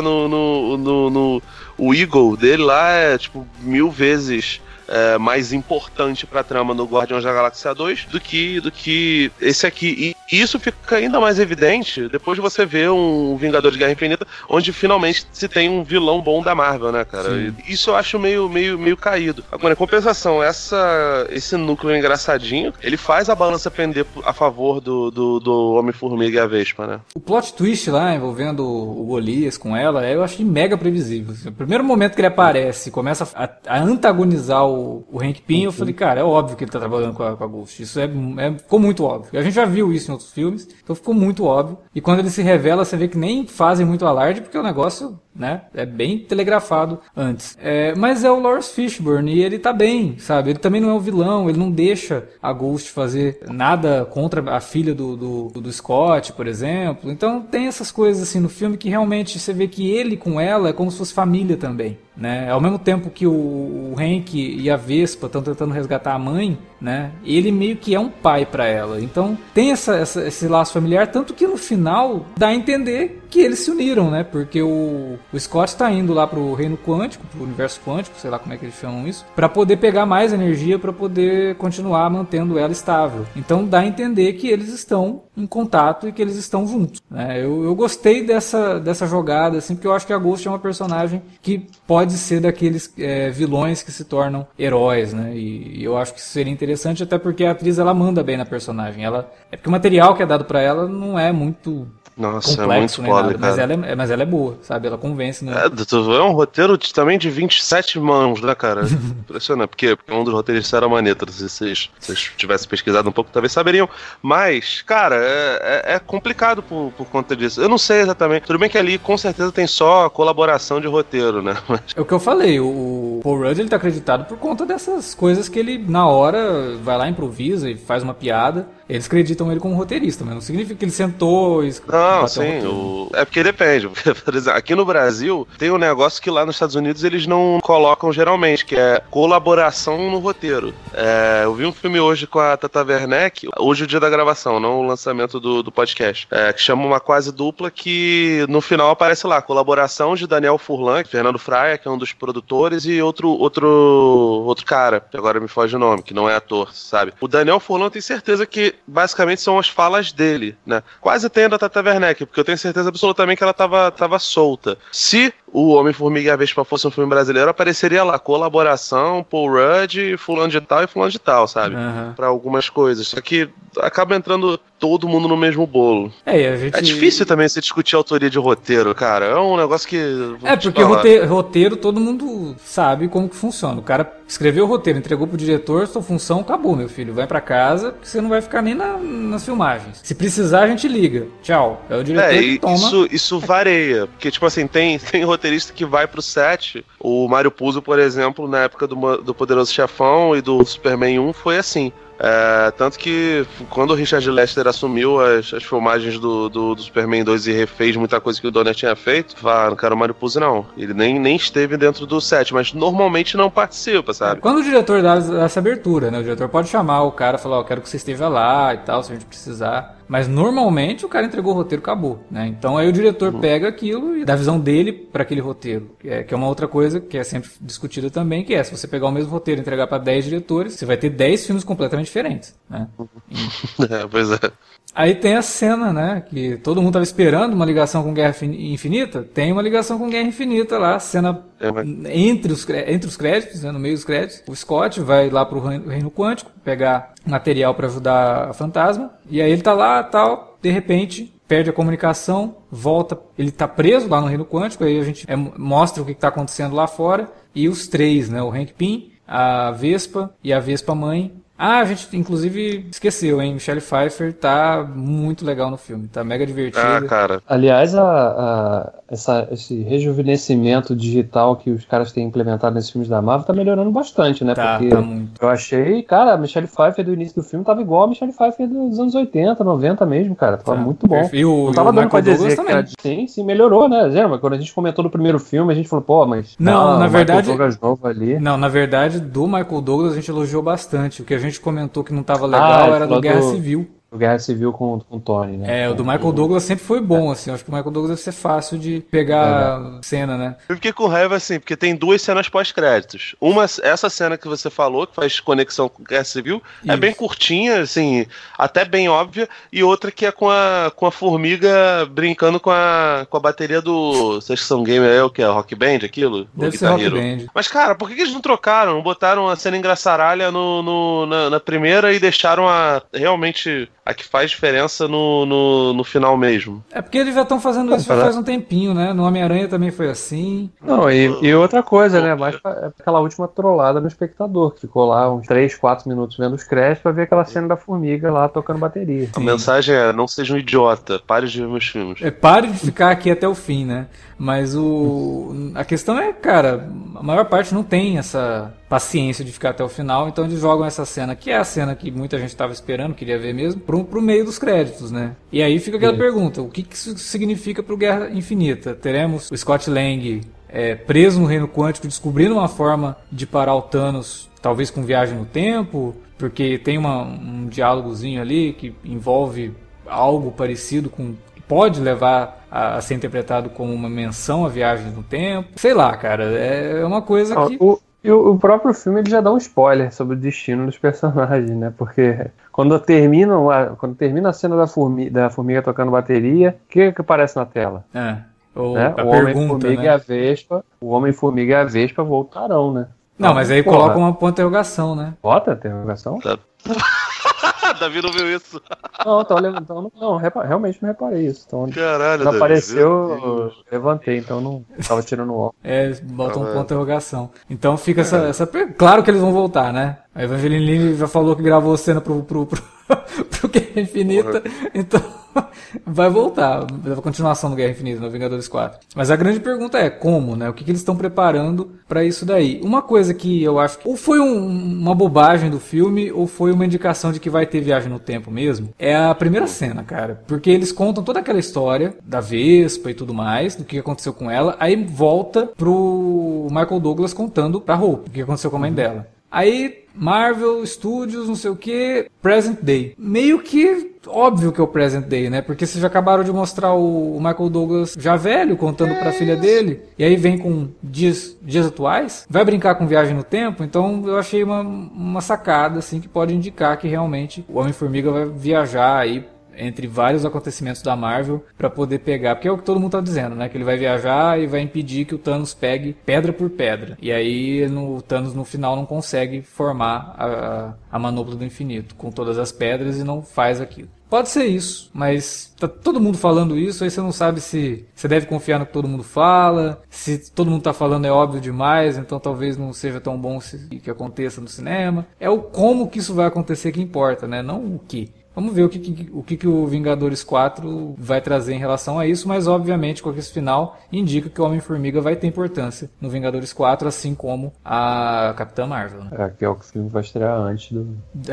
o Eagle dele lá é, 1000 vezes mais importante pra trama no Guardiões da Galáxia 2 do que esse aqui. E isso fica ainda mais evidente depois de você ver um Vingador de Guerra Infinita, onde finalmente se tem um vilão bom da Marvel, né, cara? Isso eu acho meio caído. Agora, em compensação, esse núcleo engraçadinho, ele faz a balança pender a favor do Homem-Formiga e a Vespa, né? O plot twist lá, envolvendo o Golias com ela, eu acho mega previsível. O primeiro momento que ele aparece e começa a antagonizar o Hank Pym, eu falei, cara, é óbvio que ele tá trabalhando com a Ghost. Isso ficou muito óbvio. A gente já viu isso em outros filmes, então ficou muito óbvio. E quando ele se revela, você vê que nem fazem muito alarde, porque o negócio, né, é bem telegrafado antes. Mas é o Lawrence Fishburne e ele tá bem, sabe? Ele também não é o vilão, ele não deixa a Ghost fazer nada contra a filha do Scott, por exemplo. Então tem essas coisas assim no filme que realmente você vê que ele com ela é como se fosse família também, né? Ao mesmo tempo que o Hank e a Vespa estão tentando resgatar a mãe, né? Ele meio que é um pai pra ela. Então tem esse laço familiar, tanto que no final dá a entender que eles se uniram, né? Porque o Scott está indo lá pro reino quântico, pro universo quântico, sei lá como é que eles chamam isso, para poder pegar mais energia para poder continuar mantendo ela estável. Então dá a entender que eles estão em contato e que eles estão juntos, né? Eu gostei dessa jogada, assim, porque eu acho que a Ghost é uma personagem que pode ser daqueles vilões que se tornam heróis, né? E eu acho que isso seria interessante, até porque a atriz ela manda bem na personagem. É porque o material que é dado para ela não é muito Nossa, complexo, é muito foda, cara. Mas ela é boa, sabe? Ela convence, né? É um roteiro também de 27 mãos, né, cara? Impressionante, porque um dos roteiristas era Maneta, se vocês tivessem pesquisado um pouco, talvez saberiam. Mas, cara, é complicado por conta disso. Eu não sei exatamente. Tudo bem que ali, com certeza, tem só colaboração de roteiro, né? Mas... É o que eu falei, o Paul Rudd, ele tá acreditado por conta dessas coisas que ele, na hora, vai lá, improvisa e faz uma piada. Eles acreditam ele como roteirista, mas não significa que ele sentou e... Não, sim, é porque depende. Por exemplo, aqui no Brasil, tem um negócio que lá nos Estados Unidos eles não colocam geralmente, que é colaboração no roteiro. Eu vi um filme hoje com a Tata Werneck, hoje é o dia da gravação, não o lançamento do podcast, que chama Uma Quase Dupla, que no final aparece lá, colaboração de Daniel Furlan, Fernando Fraia, que é um dos produtores, e outro cara, que agora me foge o nome, que não é ator, sabe? O Daniel Furlan tem certeza que basicamente são as falas dele, né? Quase tem a da Tata Werneck, porque eu tenho certeza absolutamente que ela tava solta. Se o Homem-Formiga e a Vespa fosse um filme brasileiro, apareceria lá, colaboração, Paul Rudd, fulano de tal e fulano de tal, sabe? Pra algumas coisas. Só que acaba entrando todo mundo no mesmo bolo. É difícil também você discutir a autoria de roteiro, cara. É um negócio que... porque roteiro todo mundo sabe como que funciona. O cara escreveu o roteiro, entregou pro diretor, sua função acabou, meu filho. Vai pra casa, porque você não vai ficar nem nas filmagens. Se precisar, a gente liga. Tchau. É o diretor que toma. Isso varia. Porque, tipo assim, tem roteirista que vai pro set. O Mário Puzo, por exemplo, na época do Poderoso Chefão e do Superman 1, foi assim. Tanto que quando o Richard Lester assumiu as filmagens do Superman 2 e refez muita coisa que o Donner tinha feito, não quero o Mário Puzo não. Ele nem esteve dentro do set, mas normalmente não participa, sabe? Quando o diretor dá essa abertura, né? O diretor pode chamar o cara e falar, quero que você esteja lá e tal, se a gente precisar. Mas normalmente o cara entregou o roteiro, acabou, né? Então aí o diretor pega aquilo e dá a visão dele para aquele roteiro, que é uma outra coisa que é sempre discutida também, que se você pegar o mesmo roteiro e entregar para 10 diretores, você vai ter 10 filmes completamente diferentes, né? Pois é. Aí tem a cena, né, que todo mundo tava esperando uma ligação com Guerra Infinita, tem uma ligação com Guerra Infinita lá, cena entre os créditos, né, no meio dos créditos. O Scott vai lá pro Reino Quântico pegar material para ajudar a Fantasma, e aí ele tá lá, tal, de repente perde a comunicação, volta, ele tá preso lá no Reino Quântico, aí a gente mostra o que tá acontecendo lá fora, e os três, né, o Hank Pym, a Vespa e a Vespa Mãe. A gente, inclusive, esqueceu, hein? Michelle Pfeiffer tá muito legal no filme, tá mega divertida. Cara. Aliás, esse rejuvenescimento digital que os caras têm implementado nesses filmes da Marvel tá melhorando bastante, né? Porque tá muito. Eu achei, cara, a Michelle Pfeiffer do início do filme tava igual a Michelle Pfeiffer dos anos 80, 90 mesmo, cara. Tava muito bom. Não tava dando pra dizer que sim, melhorou, né? Mas quando a gente comentou no primeiro filme, a gente falou, mas... Não, na verdade... Novo ali. Não, na verdade, do Michael Douglas a gente elogiou bastante. O que a gente comentou que não tava legal era do Guerra Civil. O Guerra Civil com o Tony, né? O do Michael Douglas sempre foi bom, assim. Eu acho que o Michael Douglas deve ser fácil de pegar cena, né? Eu fiquei com raiva, assim, porque tem duas cenas pós-créditos. Essa cena que você falou, que faz conexão com o Guerra Civil, é bem curtinha, assim, até bem óbvia, e outra que é com a formiga brincando com a bateria do... Vocês que são gamer, o que é? Rock Band, aquilo? Deve ser Rock Band. Mas, cara, por que eles não trocaram? Não botaram a cena engraçaralha na primeira e deixaram realmente... a que faz diferença no final mesmo. É porque eles já estão fazendo isso faz um tempinho, né? No Homem-Aranha também foi assim. Não, e outra coisa, né? Mais aquela última trollada no espectador, que ficou lá uns 3, 4 minutos vendo os créditos pra ver aquela cena da formiga lá tocando bateria. A mensagem é, não seja um idiota, pare de ver meus filmes. Pare de ficar aqui até o fim, né? Mas a questão é, cara, a maior parte não tem essa paciência de ficar até o final, então eles jogam essa cena, que é a cena que muita gente estava esperando, queria ver mesmo, pro meio dos créditos, né? E aí fica aquela pergunta, o que isso significa pro Guerra Infinita? Teremos o Scott Lang preso no Reino Quântico, descobrindo uma forma de parar o Thanos, talvez com viagem no tempo, porque tem um diálogozinho ali que envolve algo parecido com... pode levar a ser interpretado como uma menção à viagem no tempo. Sei lá, cara, é uma coisa que... O próprio filme ele já dá um spoiler sobre o destino dos personagens, né? Porque quando termina a cena da formiga tocando bateria, o que aparece na tela? O Homem-Formiga e a Vespa. O Homem-Formiga e a Vespa voltarão, né? Não, mas aí coloca uma ponta de interrogação, né? Bota interrogação? Davi não viu isso. Realmente não reparei isso. Então, caralho, quando apareceu, eu levantei, então não tava tirando o óculos. Bota um ponto de interrogação. Então fica essa. Claro que eles vão voltar, né? A Evangeline Lilly já falou que gravou a cena pro Guerra Infinita, então vai voltar. A continuação do Guerra Infinita, no Vingadores 4. Mas a grande pergunta é como, né? O que eles estão preparando pra isso daí? Uma coisa que eu acho que ou foi uma bobagem do filme, ou foi uma indicação de que vai ter viagem no tempo mesmo, é a primeira cena, cara. Porque eles contam toda aquela história da Vespa e tudo mais, do que aconteceu com ela, aí volta pro Michael Douglas contando pra Hope o que aconteceu com a mãe dela. Aí, Marvel Studios, não sei o que, Present Day. Meio que óbvio que é o Present Day, né? Porque vocês já acabaram de mostrar o Michael Douglas já velho, contando pra filha dele, e aí vem com dias atuais. Vai brincar com viagem no tempo, então eu achei uma sacada, assim, que pode indicar que realmente o Homem-Formiga vai viajar aí entre vários acontecimentos da Marvel pra poder pegar, porque é o que todo mundo tá dizendo, né, que ele vai viajar e vai impedir que o Thanos pegue pedra por pedra, e aí o Thanos no final não consegue formar a manopla do infinito com todas as pedras e não faz aquilo. Pode ser isso, mas tá todo mundo falando isso, aí você não sabe se você deve confiar no que todo mundo fala, se todo mundo tá falando é óbvio demais, então talvez não seja tão bom que aconteça no cinema. É o como que isso vai acontecer que importa, né, não o que. Vamos ver o que o Vingadores 4 vai trazer em relação a isso, mas obviamente com esse final indica que o Homem-Formiga vai ter importância no Vingadores 4, assim como a Capitã Marvel. Né? Que é o que o filme vai estrear antes do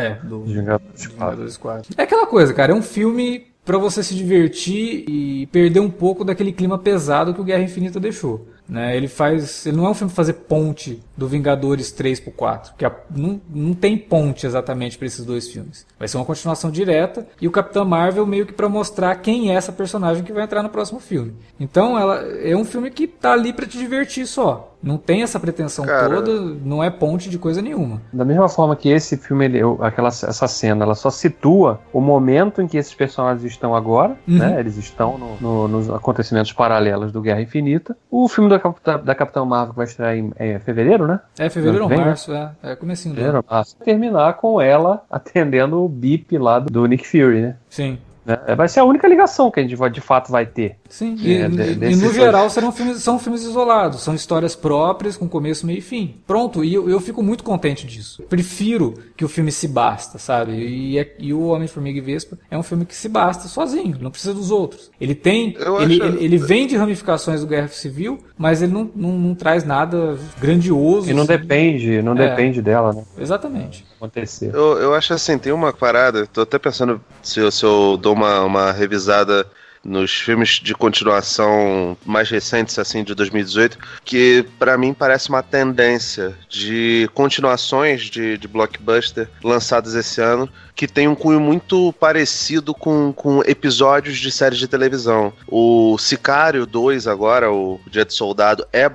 Vingadores 4. É aquela coisa, cara, é um filme pra você se divertir e perder um pouco daquele clima pesado que o Guerra Infinita deixou. Né? Ele não é um filme pra fazer ponte do Vingadores 3 pro 4, que não tem ponte exatamente pra esses dois filmes. Vai ser uma continuação direta e o Capitão Marvel meio que pra mostrar quem é essa personagem que vai entrar no próximo filme. Então ela é um filme que tá ali pra te divertir só. Não tem essa pretensão toda, não é ponte de coisa nenhuma. Da mesma forma que esse filme, essa cena, ela só situa o momento em que esses personagens estão agora, né? Eles estão nos acontecimentos paralelos do Guerra Infinita. O filme da Capitã Marvel vai estrear em fevereiro, né? É fevereiro ou março, é comecinho do ano. Terminar com ela atendendo o bip lá do Nick Fury, né? Sim. Vai ser a única ligação que a gente de fato vai ter. Sim, e no geral são filmes isolados, são histórias próprias, com começo, meio e fim. Pronto, e eu fico muito contente disso. Prefiro que o filme se basta, sabe? E o Homem-Formiga e Vespa é um filme que se basta sozinho, não precisa dos outros. Ele vem de ramificações do Guerra Civil, mas ele não traz nada grandioso. E não depende dela, né? Exatamente. Acontecer. Eu acho assim, tem uma parada, tô até pensando se eu dou uma revisada nos filmes de continuação mais recentes, assim, de 2018, que pra mim parece uma tendência de continuações de blockbuster lançadas esse ano, que tem um cunho muito parecido com episódios de séries de televisão. O Sicário 2 agora, o Dia de Soldado, é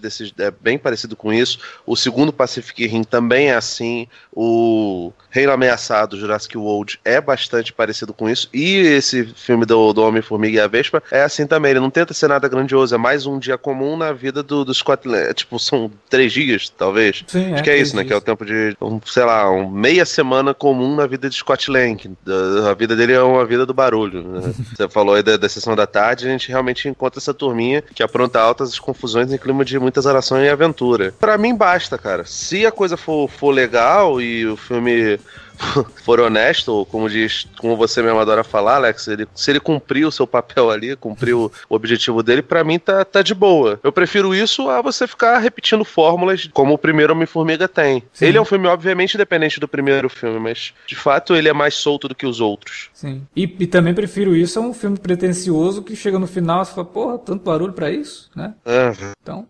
bem parecido com isso. O segundo Pacific Rim também é assim. O Reino Ameaçado, Jurassic World, é bastante parecido com isso. E esse filme do Homem-Formiga e a Vespa é assim também. Ele não tenta ser nada grandioso, é mais um dia comum na vida do Scott Lang. Tipo, são 3 dias, talvez. Sim, acho que é isso, né? Que é o tempo de, meia semana comum na vida de Scott Lang. A vida dele é uma vida do barulho, né? Você falou aí da sessão da tarde, a gente realmente encontra essa turminha que apronta altas confusões em clima de muitas orações e aventura. Pra mim basta, cara. Se a coisa for legal e o filme for honesto, ou como você mesmo adora falar, Alex, se ele cumprir o seu papel ali, cumprir o objetivo dele, pra mim tá de boa. Eu prefiro isso a você ficar repetindo fórmulas como o primeiro Homem-Formiga tem. Sim. Ele é um filme, obviamente, independente do primeiro filme, mas de fato ele é mais solto do que os outros. Sim. E também prefiro isso a um filme pretencioso que chega no final e você fala, porra, tanto barulho pra isso, né? Então...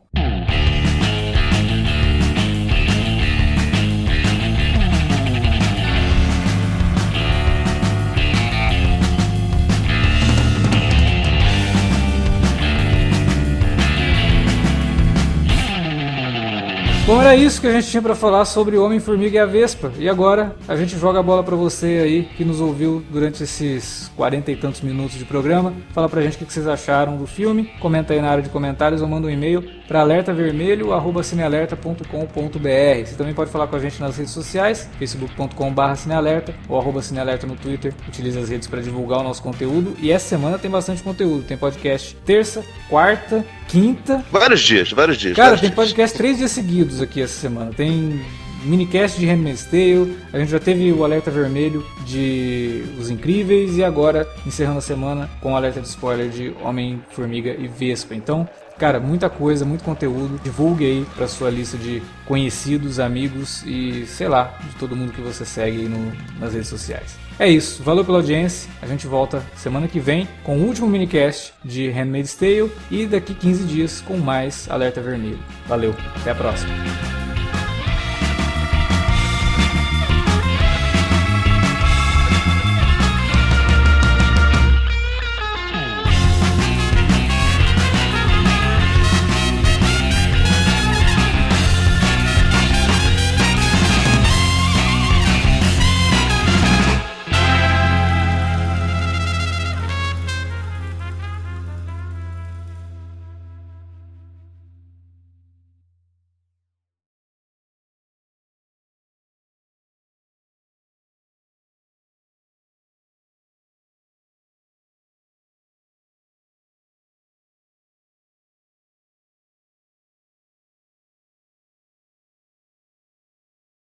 Bom, era isso que a gente tinha pra falar sobre o Homem-Formiga e a Vespa. E agora a gente joga a bola pra você aí que nos ouviu durante esses 40 e tantos minutos de programa. Fala pra gente o que vocês acharam do filme. Comenta aí na área de comentários ou manda um e-mail para alertavermelho@cinealerta.com.br. Você também pode falar com a gente nas redes sociais, facebook.com/cinealerta ou @cinealerta no Twitter. Utilize as redes para divulgar o nosso conteúdo. E essa semana tem bastante conteúdo. Tem podcast terça, quarta, quinta. Vários dias. Cara, tem podcast 3 dias seguidos aqui essa semana. Tem minicast de Handmaid's Tale, a gente já teve o alerta vermelho de Os Incríveis e agora encerrando a semana com o alerta de spoiler de Homem-Formiga e Vespa. Então, cara, muita coisa, muito conteúdo. Divulgue aí pra sua lista de conhecidos, amigos e, sei lá, de todo mundo que você segue aí nas redes sociais. É isso, valeu pela audiência. A gente volta semana que vem com o último minicast de Handmaid's Tale e daqui 15 dias com mais Alerta Vermelho. Valeu, até a próxima.